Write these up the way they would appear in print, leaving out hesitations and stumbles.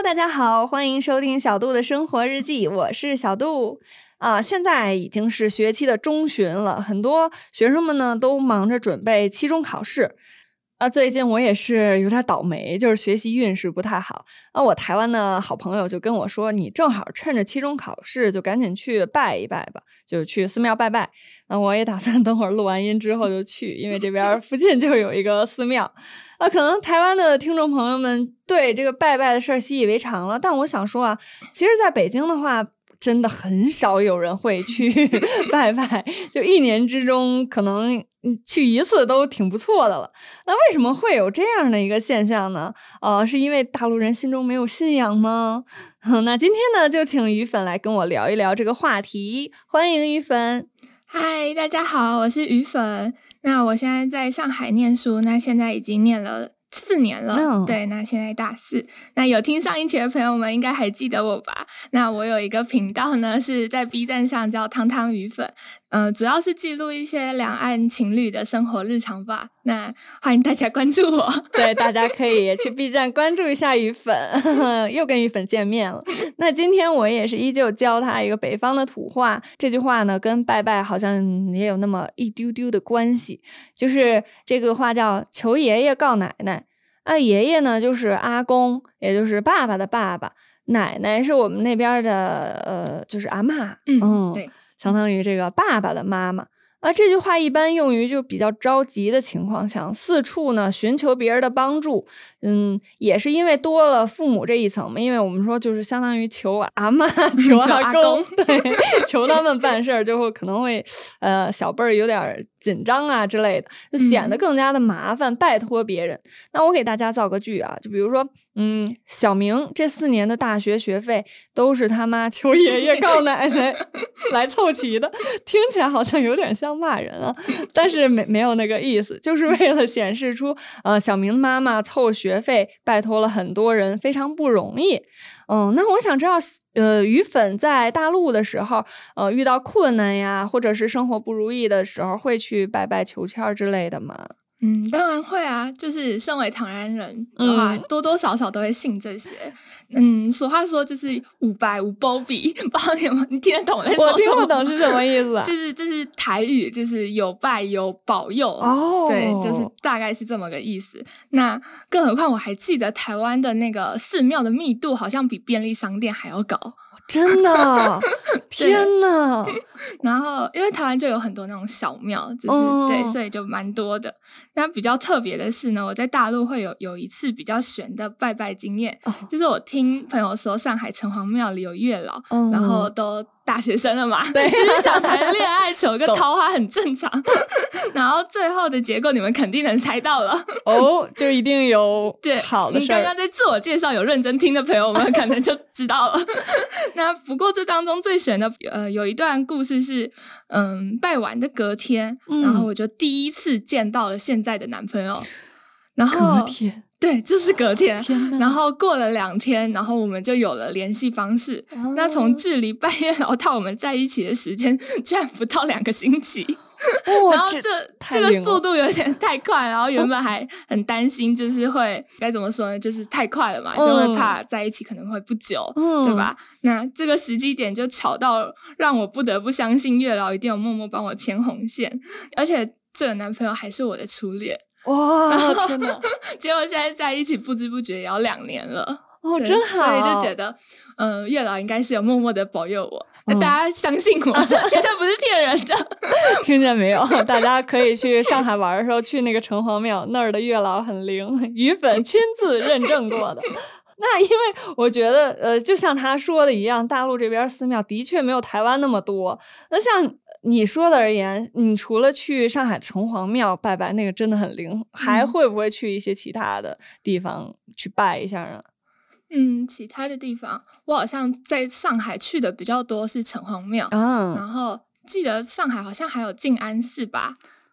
大家好，欢迎收听小杜的生活日记，我是小杜。现在已经是学期的中旬了，很多学生们呢都忙着准备期中考试。最近我也是有点倒霉，就是学习运势不太好。我台湾的好朋友就跟我说，你正好趁着期中考试就赶紧去拜一拜吧，就是去寺庙拜拜。我也打算等会儿录完音之后就去，因为这边附近就有一个寺庙。可能台湾的听众朋友们对这个拜拜的事儿习以为常了，但我想说其实在北京的话真的很少有人会去拜拜，就一年之中可能去一次都挺不错的了。那为什么会有这样的一个现象呢？是因为大陆人心中没有信仰吗？那今天呢就请于粉来跟我聊一聊这个话题，欢迎于粉。 嗨，大家好，我是于粉。那我现在在上海念书，那现在已经念了4年了，对，那现在大4。那有听上一期的朋友们应该还记得我吧？那我有一个频道呢，是在 B 站上叫汤汤鱼粉，主要是记录一些两岸情侣的生活日常吧。那欢迎大家关注我。 对，大家可以去 B 站关注一下于粉，又跟于粉见面了。那今天我也是依旧教他一个北方的土话，这句话呢跟拜拜好像也有那么一丢丢的关系，就是这个话叫求爷爷告奶奶。爷爷呢就是阿公，也就是爸爸的爸爸，奶奶是我们那边的就是阿嬷， 对， 相当于这个爸爸的妈妈。这句话一般用于就比较着急的情况下，四处呢寻求别人的帮助。也是因为多了父母这一层嘛，因为我们说就是相当于求阿嬷求阿公对，求他们办事儿就会可能会小辈儿有点紧张啊之类的，就显得更加的麻烦，拜托别人。那我给大家造个句啊，就比如说小明这4年的大学学费都是他妈求爷爷告奶奶来凑齐的，听起来好像有点像骂人啊，但是没有那个意思，就是为了显示出小明妈妈凑学费拜托了很多人，非常不容易。那我想知道于粉在大陆的时候遇到困难呀，或者是生活不如意的时候会去拜拜求签之类的吗？ 当然会啊，就是身为唐人人的话，多多少少都会信这些。俗话说就是五拜五保庇，不知道你听得懂我在说什么？ 我听不懂是什么意思就是这是台语，就是有拜有保佑对，就是大概是这么个意思。那更何况我还记得台湾的那个寺庙的密度好像比便利商店还要高。 真的天哪然后因为台湾就有很多那种小庙，就是对，所以就蛮多的。那比较特别的是呢，我在大陆会有一次比较玄的拜拜经验，就是我听朋友说上海城隍庙里有月老，然后都大学生了嘛，对，就是想谈恋爱求个桃花很正常。然后最后的结果你们肯定能猜到了就一定有好的事儿。 你刚刚在自我介绍有认真听的朋友们可能就知道了。那不过这当中最玄的有一段故事是拜完的隔天，然后我就第一次见到了现在的男朋友。然后隔天对，就是隔天然后过了2天，然后我们就有了联系方式。那从距离拜月老到我们在一起的时间居然不到2个星期。然后这个速度有点太快，然后原本还很担心，就是会该怎么说呢，就是太快了嘛，就会怕在一起可能会不久，对吧？那这个时机点就巧到让我不得不相信月老一定有默默帮我牵红线，而且这个男朋友还是我的初恋。 哇，天哪！ 结果现在在一起不知不觉也要2年了。 真好。 所以就觉得月老应该是有默默的保佑我。大家相信我，这绝对不是骗人的。 听见没有？大家可以去上海玩的时候去那个城隍庙，那儿的月老很灵，于粉亲自认证过的。那因为我觉得就像他说的一样，大陆这边寺庙的确没有台湾那么多。那像你说的而言，你除了去上海城隍庙拜拜，那个真的很灵，还会不会去一些其他的地方去拜一下呢？ 其他的地方我好像在上海去的比较多是城隍庙，然后记得上海好像还有静安寺吧。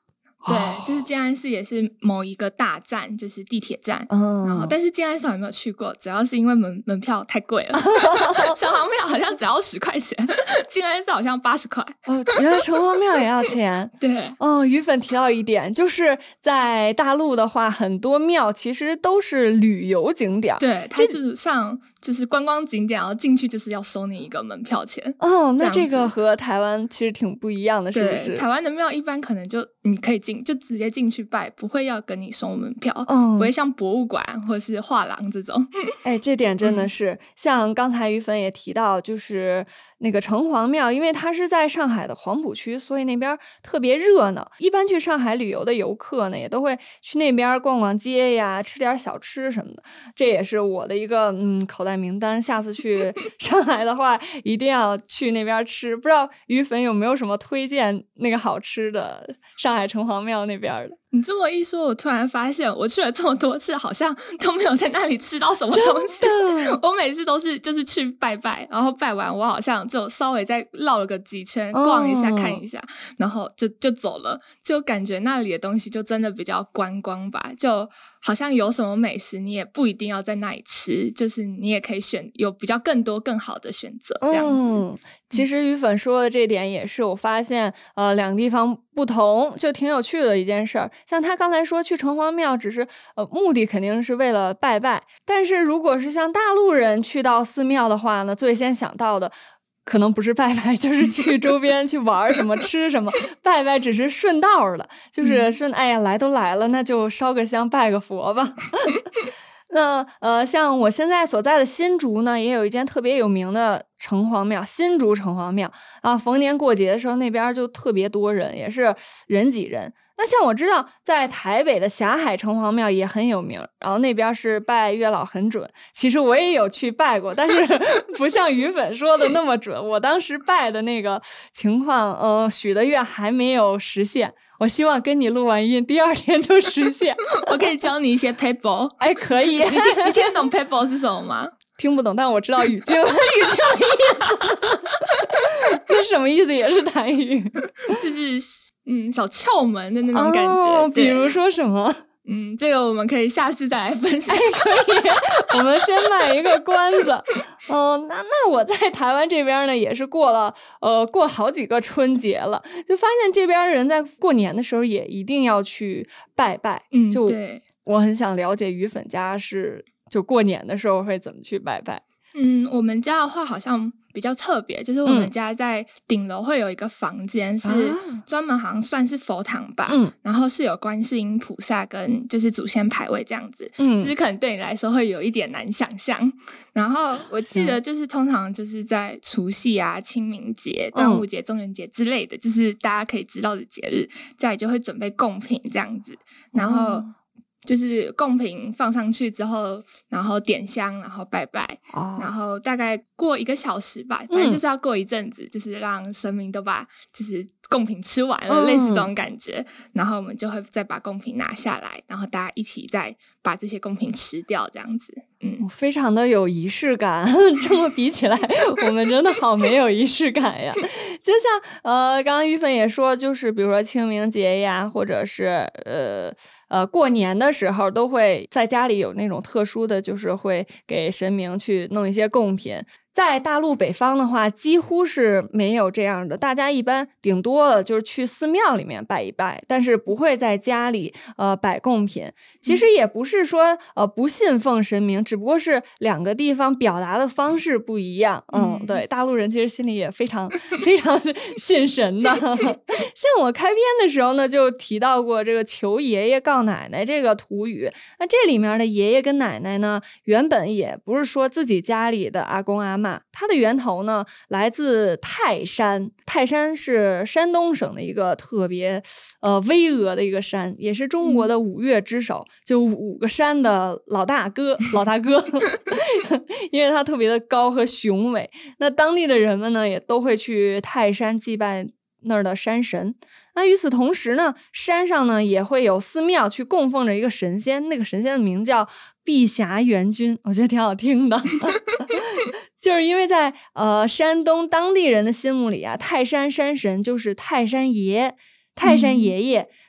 对，就是静安寺也是某一个大站，就是地铁站。然后但是静安寺有没有去过，主要是因为门票太贵了。城隍庙好像只要10块钱，静安寺好像80块。 原来城隍庙也要钱。 对。 于粉提到一点，就是在大陆的话，很多庙其实都是旅游景点。 对，它就是像就是观光景点，然后进去就是要收你一个门票钱。 那这个和台湾其实挺不一样的，是不是？ 台湾的庙一般可能就你可以就直接进去拜，不会要跟你收门票。不会像博物馆或是画廊这种。 这点真的是，像刚才于粉也提到，就是那个城隍庙，因为它是在上海的黄浦区，所以那边特别热闹。一般去上海旅游的游客呢，也都会去那边逛逛街呀，吃点小吃什么的。这也是我的一个口袋名单，下次去上海的话，一定要去那边吃。不知道于粉有没有什么推荐那个好吃的上海城隍庙那边的？ 你这么一说，我突然发现我去了这么多次，好像都没有在那里吃到什么东西。我每次都是就是去拜拜，然后拜完我好像就稍微再绕了个几圈，逛一下看一下，然后就走了。就感觉那里的东西就真的比较观光吧，就好像有什么美食你也不一定要在那里吃，就是你也可以有比较更多更好的选择这样子。 其实于粉说的这点也是我发现两个地方不同就挺有趣的一件事儿。像他刚才说去城隍庙只是目的肯定是为了拜拜，但是如果是像大陆人去到寺庙的话呢，最先想到的可能不是拜拜，就是去周边去玩什么吃什么。拜拜只是顺道的，就是哎呀来都来了，那就烧个香拜个佛吧。那像我现在所在的新竹呢，也有一间特别有名的城隍庙，新竹城隍庙啊，逢年过节的时候那边就特别多人，也是人挤人。那像我知道在台北的霞海城隍庙也很有名，然后那边是拜月老很准。其实我也有去拜过，但是不像于粉说的那么准。我当时拜的那个情况许的愿还没有实现，我希望跟你录完音第2天就实现。 我可以教你一些 paper。 可以。 你听得懂 paper 是什么吗？ 听不懂，但我知道语境的意思。那什么意思？也是台语。 就是小窍门的那种感觉。 比如说什么？ 这个我们可以下次再来分享。 可以，我们先卖一个关子。那我在台湾这边呢，也是过好几个春节了，就发现这边人在过年的时候也一定要去拜拜。 对， 我很想了解于粉家就过年的时候会怎么去拜拜。 我们家的话好像比较特别，就是我们家在顶楼会有一个房间，是专门好像算是佛堂吧。然后是有观世音菩萨跟就是祖先牌位这样子。就是可能对你来说会有一点难想象。然后我记得就是通常就是在除夕啊、清明节、端午节、中元节之类的，就是大家可以知道的节日，家里就会准备贡品这样子。然后就是贡品放上去之后，然后点香，然后拜拜。然后大概过1个小时吧，反正就是要过一阵子，就是让神明都把就是贡品吃完了，类似这种感觉。然后我们就会再把贡品拿下来，然后大家一起再把这些贡品吃掉这样子。 非常的有仪式感。这么比起来我们真的好没有仪式感呀。就像刚刚于粉也说，就是比如说清明节呀，或者是过年的时候都会在家里有那种特殊的，就是会给神明去弄一些贡品。在大陆北方的话几乎是没有这样的，大家一般顶多了就是去寺庙里面拜一拜，但是不会在家里摆贡品。其实也不是说不信奉神明，只不过是2个地方表达的方式不一样。对，大陆人其实心里也非常非常信神的。像我开篇的时候呢就提到过这个求爷爷告奶奶这个土语，那这里面的爷爷跟奶奶呢原本也不是说自己家里的阿公阿嬷，它的源头呢来自泰山。泰山是山东省的一个特别巍峨的一个山，也是中国的5岳之首，就5个山的老大哥。因为它特别的高和雄伟，那当地的人们呢也都会去泰山祭拜那儿的山神。那与此同时呢，山上呢也会有寺庙去供奉着一个神仙，那个神仙的名叫碧霞元君，我觉得挺好听的。就是因为在山东当地人的心目里啊，泰山山神就是泰山爷爷。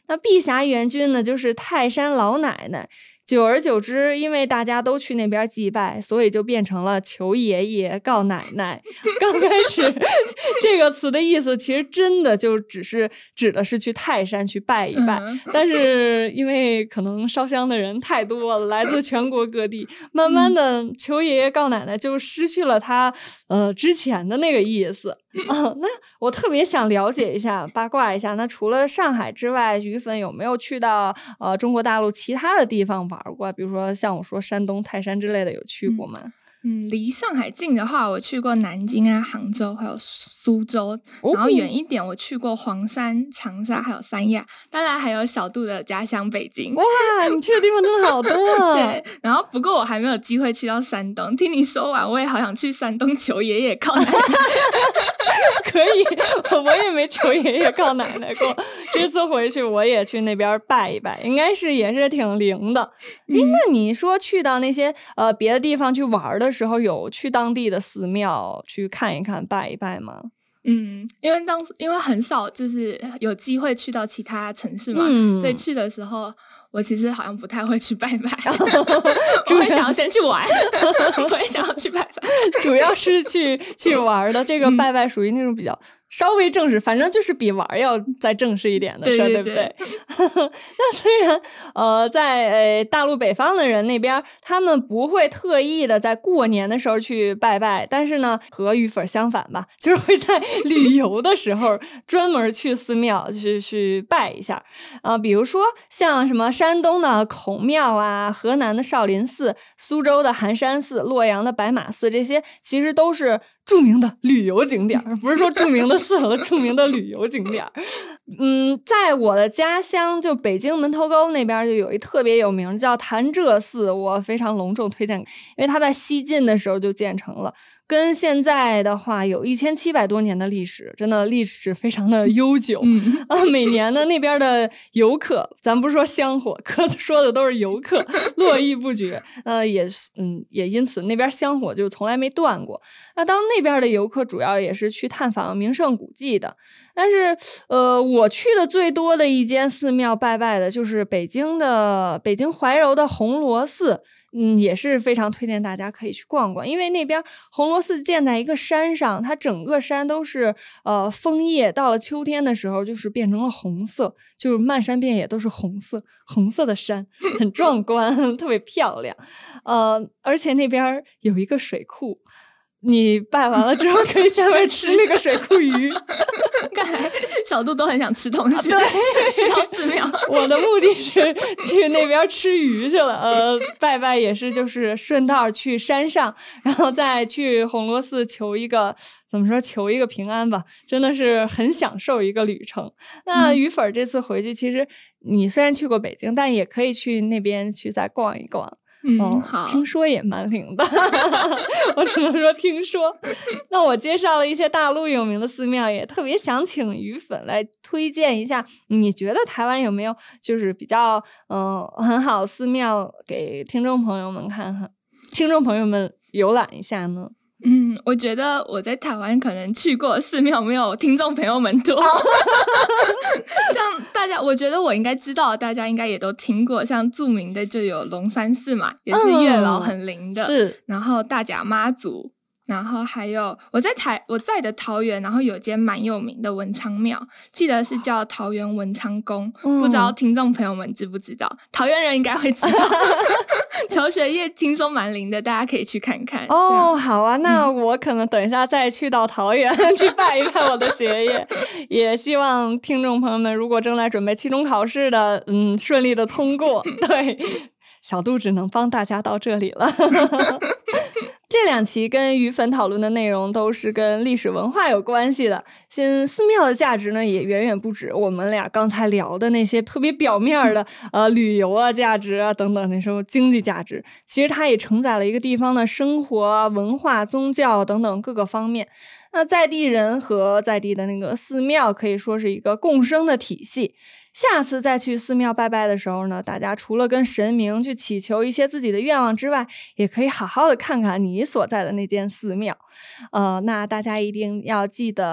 那碧霞元君呢，就是泰山老奶奶。久而久之，因为大家都去那边祭拜，所以就变成了求爷爷告奶奶。刚开始这个词的意思其实真的就只是指的是去泰山去拜一拜，但是因为可能烧香的人太多了，来自全国各地，慢慢的求爷爷告奶奶就失去了它之前的那个意思。那我特别想了解一下，八卦一下，那除了上海之外，于粉有没有去到中国大陆其他的地方玩过？比如说像我说山东泰山之类的，有去过吗？ 离上海近的话，我去过南京啊、杭州，还有苏州。然后远一点，我去过黄山、长沙，还有三亚。当然还有小杜的家乡北京。 哇，你去的地方真的好多。 对，然后不过我还没有机会去到山东。听你说完，我也好想去山东求爷爷告奶奶。 可以，我也没求爷爷告奶奶过。这次回去我也去那边拜一拜，应该是也是挺灵的。那你说去到那些别的地方去玩的时候，有去当地的寺庙去看一看、拜一拜吗？ 因为很少就是有机会去到其他城市嘛，所以去的时候我其实好像不太会去拜拜。我会想要先去玩。我会想要去拜拜， 主要是去玩的。这个拜拜属于那种比较稍微正式，反正就是比玩要再正式一点的事儿， 对不对？那虽然在大陆北方的人那边，他们不会特意的在过年的时候去拜拜，但是呢和于粉相反吧，就是会在旅游的时候专门去寺庙去拜一下。比如说像什么山东的孔庙啊，河南的少林寺，苏州的寒山寺，洛阳的白马寺，这些其实都是著名的旅游景点，不是说著名的寺了，著名的旅游景点。在我的家乡就北京门头沟那边就有一特别有名叫潭柘寺，我非常隆重推荐，因为它在西晋的时候就建成了，跟现在的话有1700多年的历史，真的历史非常的悠久。每年的那边的游客，咱不是说香火，说的都是游客，络绎不绝。也因此那边香火就从来没断过。那当那边的游客主要也是去探访名胜古迹的，但是我去的最多的一间寺庙拜拜的就是北京怀柔的红螺寺。也是非常推荐大家可以去逛逛，因为那边红螺寺建在一个山上，它整个山都是枫叶，到了秋天的时候就是变成了红色，就是漫山遍野都是红色的山，很壮观，特别漂亮。而且那边有一个水库，你拜完了之后可以下面吃那个水库鱼。 看来小杜都很想吃东西，去到寺庙。 我的目的是去那边吃鱼去了，拜拜也是就是顺道去山上，然后再去红螺寺求一个平安吧，真的是很享受一个旅程。那于粉这次回去，其实你虽然去过北京，但也可以去那边去再逛一逛。 好， 听说也蛮灵的。我只能说听说。那我介绍了一些大陆有名的寺庙，也特别想请于粉来推荐一下，你觉得台湾有没有就是比较很好寺庙给听众朋友们看看，听众朋友们游览一下呢？ 我觉得我在台湾可能去过寺庙没有听众朋友们多。像大家，我觉得我应该知道，大家应该也都听过，像著名的就有龙山寺嘛，也是月老很灵的， 是。 然后大甲妈祖，然后还有我在的桃园，然后有间蛮有名的文昌庙，记得是叫桃园文昌宫，不知道听众朋友们知不知道？桃园人应该会知道。求学业听说蛮灵的，大家可以去看看。 好啊，那我可能等一下再去到桃园去拜一拜我的学业。也希望听众朋友们如果正在准备期中考试的，顺利的通过。对，小杜只能帮大家到这里了。这2期跟于粉讨论的内容都是跟历史文化有关系的，寺庙的价值呢也远远不止我们俩刚才聊的那些特别表面的旅游啊价值啊等等那种经济价值，其实它也承载了一个地方的生活、文化、宗教等等各个方面。那在地人和在地的那个寺庙可以说是一个共生的体系。下次再去寺庙拜拜的时候呢，大家除了跟神明去祈求一些自己的愿望之外，也可以好好的看看你所在的那间寺庙。那大家一定要记得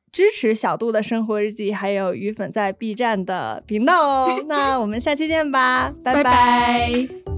支持小度的生活日记，还有鱼粉在 B 站的频道哦。那我们下期见吧，拜拜拜。